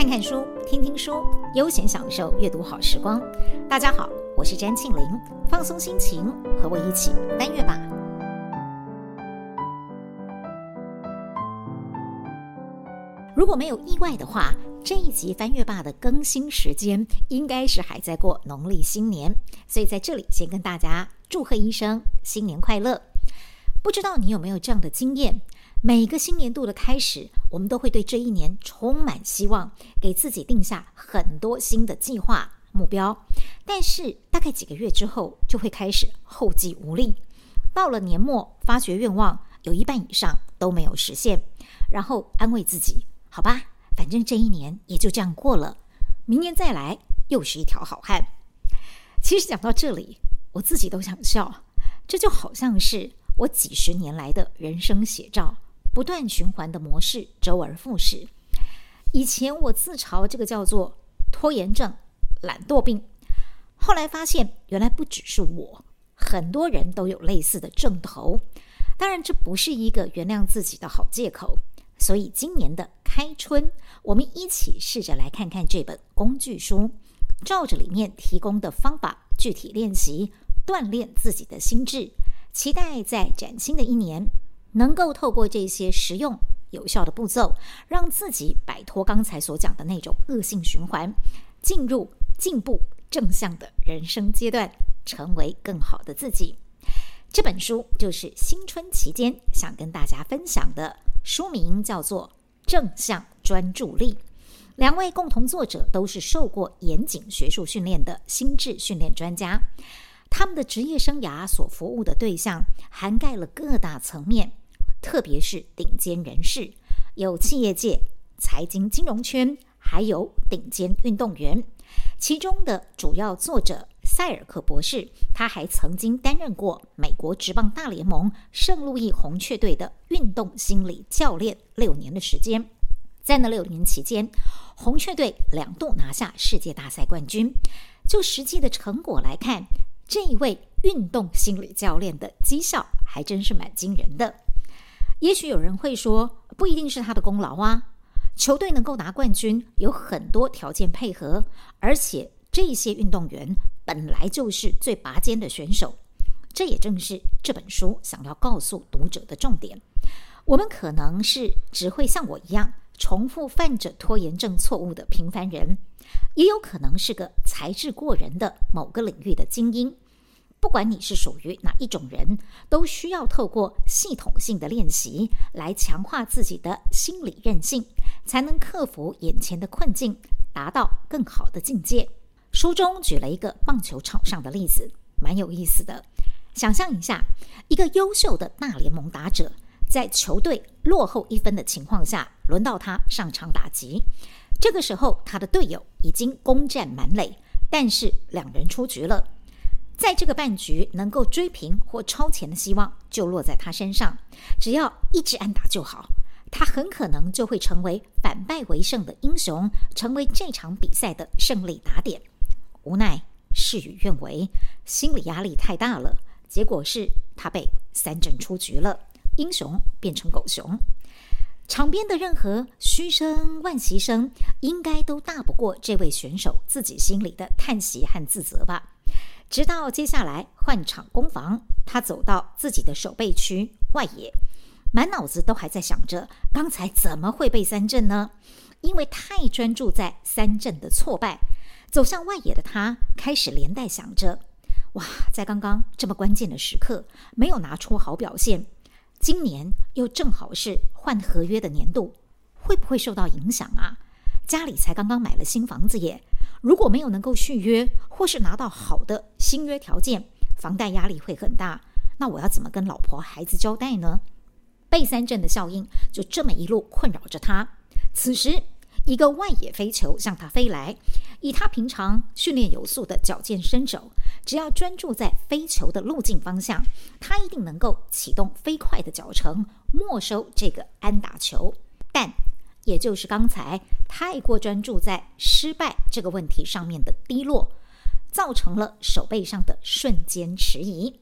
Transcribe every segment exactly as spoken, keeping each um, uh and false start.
看看书，听听书，悠闲享受阅读好时光。大家好，我是詹庆玲，放松心情，和我一起翻阅吧。如果没有意外的话，这一集翻阅吧的更新时间应该是还在过农历新年，所以在这里先跟大家祝贺一声新年快乐。不知道你有没有这样的经验，每个新年度的开始，我们都会对这一年充满希望，给自己定下很多新的计划目标，但是大概几个月之后就会开始后继无力。到了年末，发觉愿望有一半以上都没有实现，然后安慰自己，好吧，反正这一年也就这样过了，明年再来又是一条好汉。其实讲到这里，我自己都想笑，这就好像是我几十年来的人生写照，不断循环的模式，周而复始。以前我自嘲这个叫做拖延症、懒惰病，后来发现原来不只是我，很多人都有类似的症头。当然这不是一个原谅自己的好借口，所以今年的开春，我们一起试着来看看这本工具书，照着里面提供的方法具体练习，锻炼自己的心智，期待在崭新的一年能够透过这些实用有效的步骤，让自己摆脱刚才所讲的那种恶性循环，进入进步正向的人生阶段，成为更好的自己。这本书就是新春期间想跟大家分享的，书名叫做《正向专注力》。两位共同作者都是受过严谨学术训练的心智训练专家，他们的职业生涯所服务的对象涵盖了各大层面，特别是顶尖人士，有企业界、财经金融圈，还有顶尖运动员。其中的主要作者塞尔克博士，他还曾经担任过美国职棒大联盟圣路易红雀队的运动心理教练六年的时间。在那六年期间，红雀队两度拿下世界大赛冠军。就实际的成果来看，这一位运动心理教练的绩效还真是蛮惊人的。也许有人会说，不一定是他的功劳啊，球队能够拿冠军有很多条件配合，而且这些运动员本来就是最拔尖的选手。这也正是这本书想要告诉读者的重点。我们可能是只会像我一样重复犯着拖延症错误的平凡人，也有可能是个才智过人的某个领域的精英。不管你是属于哪一种人，都需要透过系统性的练习来强化自己的心理韧性，才能克服眼前的困境，达到更好的境界。书中举了一个棒球场上的例子，蛮有意思的。想象一下，一个优秀的大联盟打者，在球队落后一分的情况下，轮到他上场打击。这个时候，他的队友已经攻占满垒，但是两人出局了。在这个半局能够追平或超前的希望就落在他身上，只要一支安打就好，他很可能就会成为反败为胜的英雄，成为这场比赛的胜利打点。无奈事与愿违，心理压力太大了，结果是他被三振出局了，英雄变成狗熊。场边的任何嘘声惋惜声，应该都大不过这位选手自己心里的叹息和自责吧。直到接下来换场攻防，他走到自己的守备区外野，满脑子都还在想着刚才怎么会被三振呢？因为太专注在三振的挫败，走向外野的他开始连带想着，哇，在刚刚这么关键的时刻没有拿出好表现，今年又正好是换合约的年度，会不会受到影响啊？家里才刚刚买了新房子耶，如果没有能够续约，或是拿到好的新约条件，房贷压力会很大，那我要怎么跟老婆孩子交代呢？被三振的效应就这么一路困扰着他。此时一个外野飞球向他飞来，以他平常训练有素的矫健身手，只要专注在飞球的路径方向，他一定能够启动飞快的脚程，没收这个安打球。但也就是刚才太过专注在失败这个问题上面的低落，造成了手背上的瞬间迟疑。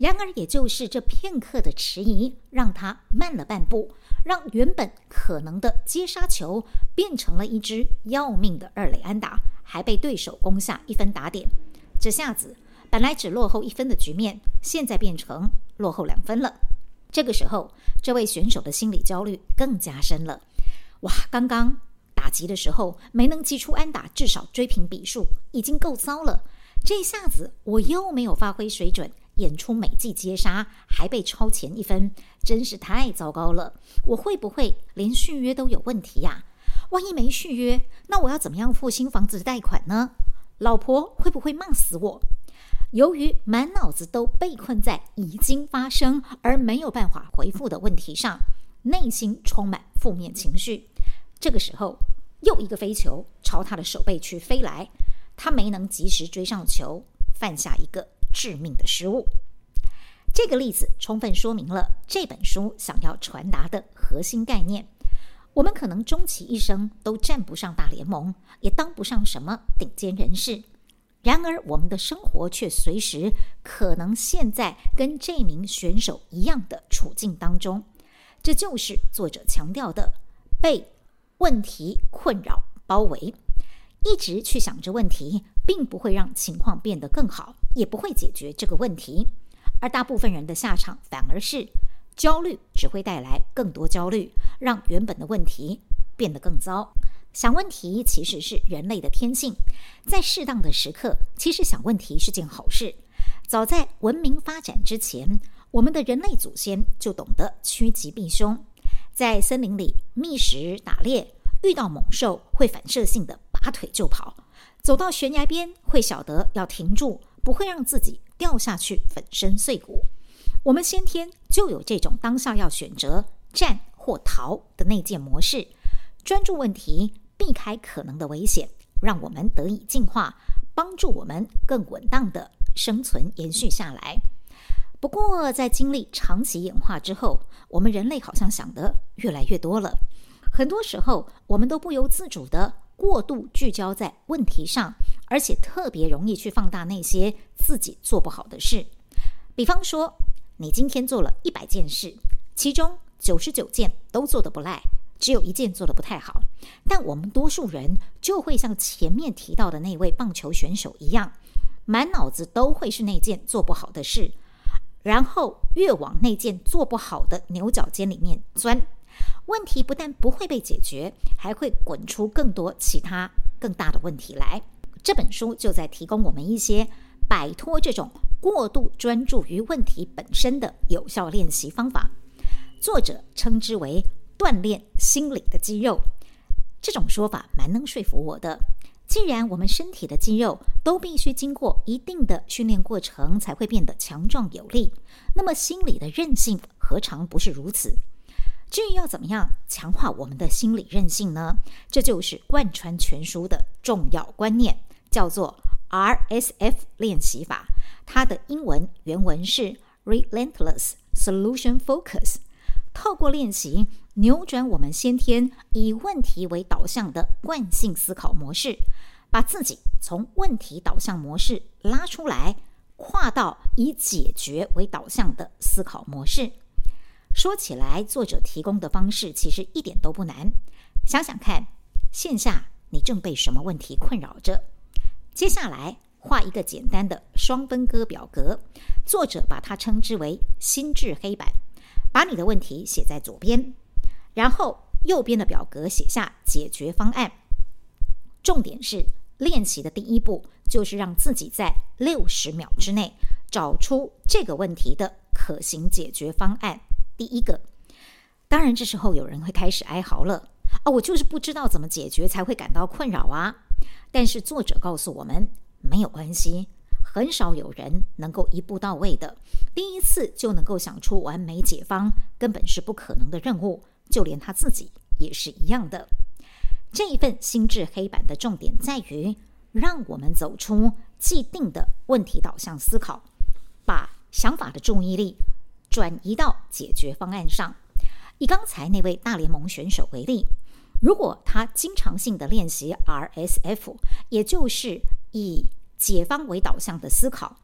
然而也就是这片刻的迟疑，让他慢了半步，让原本可能的接杀球变成了一支要命的二垒安打，还被对手攻下一分打点。这下子本来只落后一分的局面，现在变成落后两分了。这个时候，这位选手的心理焦虑更加深了。哇，刚刚打击的时候没能击出安打，至少追平比数已经够糟了，这下子我又没有发挥水准，演出美技接杀，还被超前一分，真是太糟糕了。我会不会连续约都有问题呀？万一没续约，那我要怎么样付新房子的贷款呢？老婆会不会骂死我？由于满脑子都被困在已经发生而没有办法回复的问题上，内心充满负面情绪。这个时候，又一个飞球朝他的手背区飞来，他没能及时追上球，犯下一个致命的失误。这个例子充分说明了这本书想要传达的核心概念。我们可能终其一生都站不上大联盟，也当不上什么顶尖人士，然而我们的生活却随时可能陷在跟这名选手一样的处境当中。这就是作者强调的被问题困扰包围。一直去想着问题，并不会让情况变得更好，也不会解决这个问题。而大部分人的下场反而是焦虑，只会带来更多焦虑，让原本的问题变得更糟。想问题其实是人类的天性，在适当的时刻，其实想问题是件好事。早在文明发展之前，我们的人类祖先就懂得趋吉避凶。在森林里觅食打猎，遇到猛兽会反射性的拔腿就跑，走到悬崖边会晓得要停住，不会让自己掉下去粉身碎骨。我们先天就有这种当下要选择战或逃的内建模式，专注问题，避开可能的危险，让我们得以进化，帮助我们更稳当的生存延续下来。不过在经历长期演化之后，我们人类好像想得越来越多了。很多时候我们都不由自主的过度聚焦在问题上，而且特别容易去放大那些自己做不好的事。比方说，你今天做了一百件事，其中九十九件都做得不赖，只有一件做得不太好。但我们多数人就会像前面提到的那位棒球选手一样，满脑子都会是那件做不好的事，然后越往那件做不好的牛角尖里面钻。问题不但不会被解决，还会滚出更多其他更大的问题来。这本书就在提供我们一些摆脱这种过度专注于问题本身的有效练习方法。作者称之为锻炼心理的肌肉。这种说法蛮能说服我的。既然我们身体的肌肉都必须经过一定的训练过程才会变得强壮有力，那么心理的韧性何尝不是如此？至于要怎么样强化我们的心理韧性呢？这就是贯穿全书的重要观念，叫做 R S F 练习法。它的英文原文是 Relentless Solution Focus。透过练习，扭转我们先天以问题为导向的惯性思考模式，把自己从问题导向模式拉出来，跨到以解决为导向的思考模式。说起来，作者提供的方式其实一点都不难。想想看，线下你正被什么问题困扰着？接下来画一个简单的双分割表格，作者把它称之为心智黑板。把你的问题写在左边，然后右边的表格写下解决方案。重点是练习的第一步就是让自己在六十秒之内找出这个问题的可行解决方案。第一个，当然这时候有人会开始哀嚎了，啊，我就是不知道怎么解决才会感到困扰啊。但是作者告诉我们，没有关系，很少有人能够一步到位的，第一次就能够想出完美解方，根本是不可能的任务，就连他自己也是一样的。这一份心智黑板的重点在于让我们走出既定的问题导向思考，把想法的注意力转移到解决方案上。以刚才那位大联盟选手为例，如果他经常性的练习 R S F， 也就是以解方为导向的思考，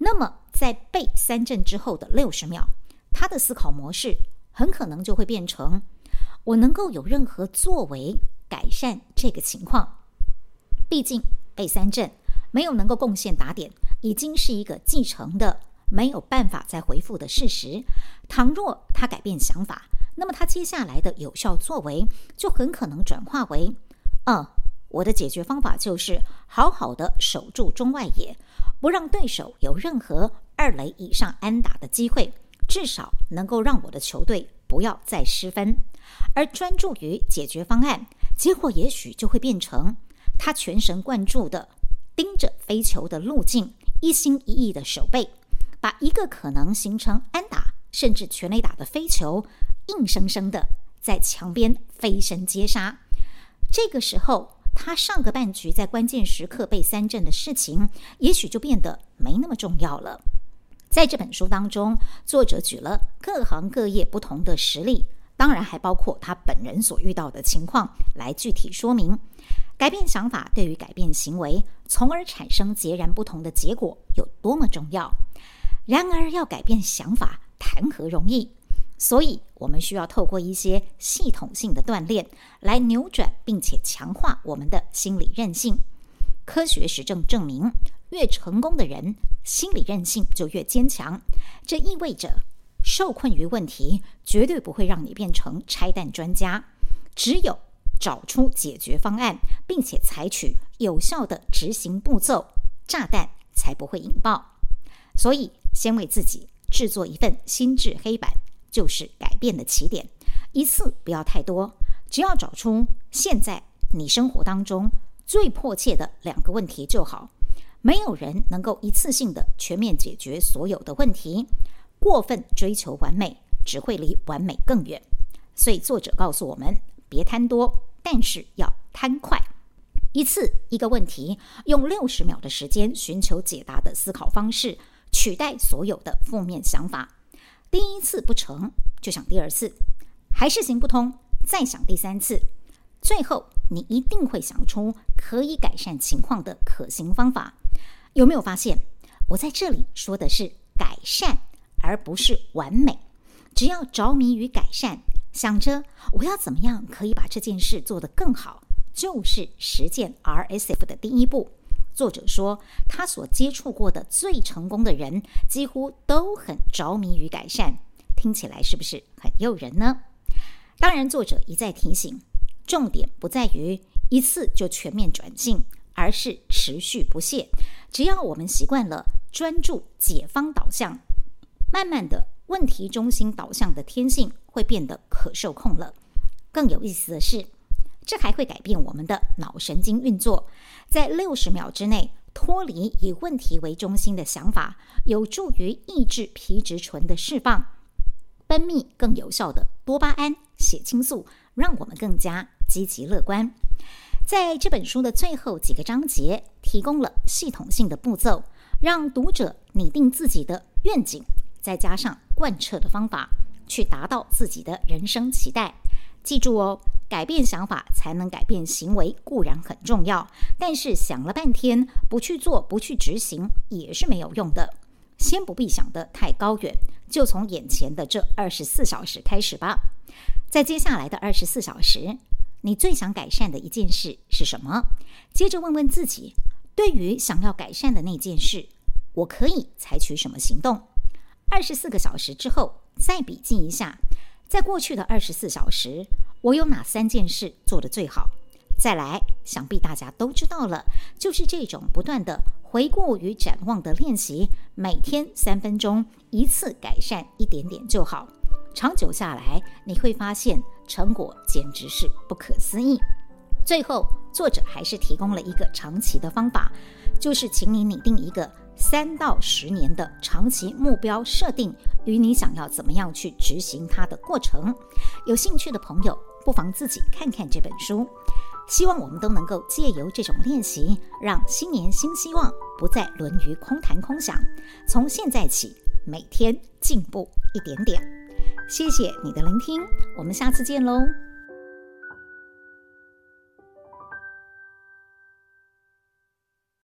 那么在背三振之后的六十秒，他的思考模式很可能就会变成：我能够有任何作为改善这个情况。毕竟背三振没有能够贡献打点，已经是一个既成的没有办法再回复的事实。倘若他改变想法，那么他接下来的有效作为就很可能转化为：嗯，我的解决方法就是好好的守住中外野，不让对手有任何二垒以上安打的机会，至少能够让我的球队不要再失分。而专注于解决方案，结果也许就会变成他全神贯注的盯着飞球的路径，一心一意的守备，把一个可能形成安打甚至全垒打的飞球硬生生的在墙边飞身接杀。这个时候他上个半局在关键时刻被三振的事情也许就变得没那么重要了。在这本书当中，作者举了各行各业不同的实例，当然还包括他本人所遇到的情况，来具体说明改变想法对于改变行为，从而产生截然不同的结果有多么重要。然而要改变想法谈何容易，所以我们需要透过一些系统性的锻炼来扭转并且强化我们的心理韧性。科学实证证明，越成功的人心理韧性就越坚强，这意味着受困于问题绝对不会让你变成拆弹专家，只有找出解决方案，并且采取有效的执行步骤，炸弹才不会引爆。所以先为自己制作一份心智黑板，就是改变的起点，一次不要太多，只要找出现在你生活当中最迫切的两个问题就好。没有人能够一次性的全面解决所有的问题，过分追求完美只会离完美更远。所以作者告诉我们，别贪多，但是要贪快。一次一个问题，用六十秒的时间寻求解答的思考方式，取代所有的负面想法。第一次不成，就想第二次，还是行不通，再想第三次。最后你一定会想出可以改善情况的可行方法。有没有发现，我在这里说的是改善，而不是完美。只要着迷于改善，想着我要怎么样可以把这件事做得更好，就是实践 R S F 的第一步。作者说，他所接触过的最成功的人几乎都很着迷于改善，听起来是不是很诱人呢？当然，作者一再提醒，重点不在于一次就全面转进，而是持续不懈。只要我们习惯了专注解方导向，慢慢的问题中心导向的天性会变得可受控了。更有意思的是，这还会改变我们的脑神经运作，在六十秒之内脱离以问题为中心的想法，有助于抑制皮质醇的释放，分泌更有效的多巴胺、血清素，让我们更加积极乐观。在这本书的最后几个章节，提供了系统性的步骤，让读者拟定自己的愿景，再加上贯彻的方法，去达到自己的人生期待。记住哦，改变想法才能改变行为固然很重要，但是想了半天不去做、不去执行也是没有用的。先不必想得太高远，就从眼前的这二十四小时开始吧。在接下来的二十四小时，你最想改善的一件事是什么？接着问问自己，对于想要改善的那件事，我可以采取什么行动？二十四个小时之后，再笔记一下，在过去的二十四小时，我有哪三件事做得最好？再来，想必大家都知道了，就是这种不断的回顾与展望的练习，每天三分钟，一次改善一点点就好。长久下来，你会发现成果简直是不可思议。最后，作者还是提供了一个长期的方法，就是请你拟定一个三到十年的长期目标设定，与你想要怎么样去执行它的过程。有兴趣的朋友，不妨自己看看这本书。希望我们都能够借由这种练习，让新年新希望不再沦于空谈空想，从现在起每天进步一点点。谢谢你的聆听，我们下次见喽。